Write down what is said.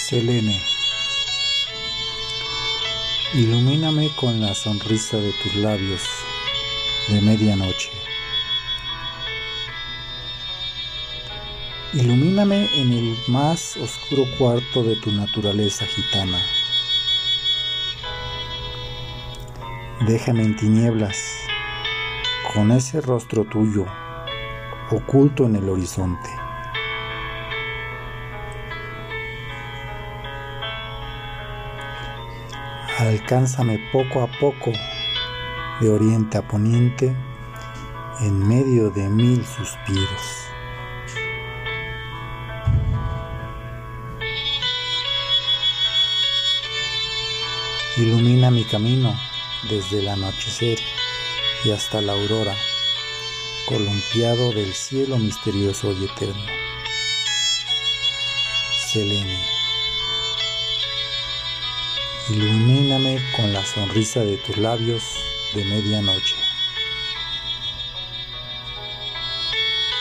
Selene, ilumíname con la sonrisa de tus labios de medianoche. Ilumíname en el más oscuro cuarto de tu naturaleza gitana. Déjame en tinieblas, con ese rostro tuyo, oculto en el horizonte. Alcánzame poco a poco, de oriente a poniente, en medio de 1000 suspiros. Ilumina mi camino desde el anochecer y hasta la aurora, columpiado del cielo misterioso y eterno. Selene, ilumíname con la sonrisa de tus labios de medianoche.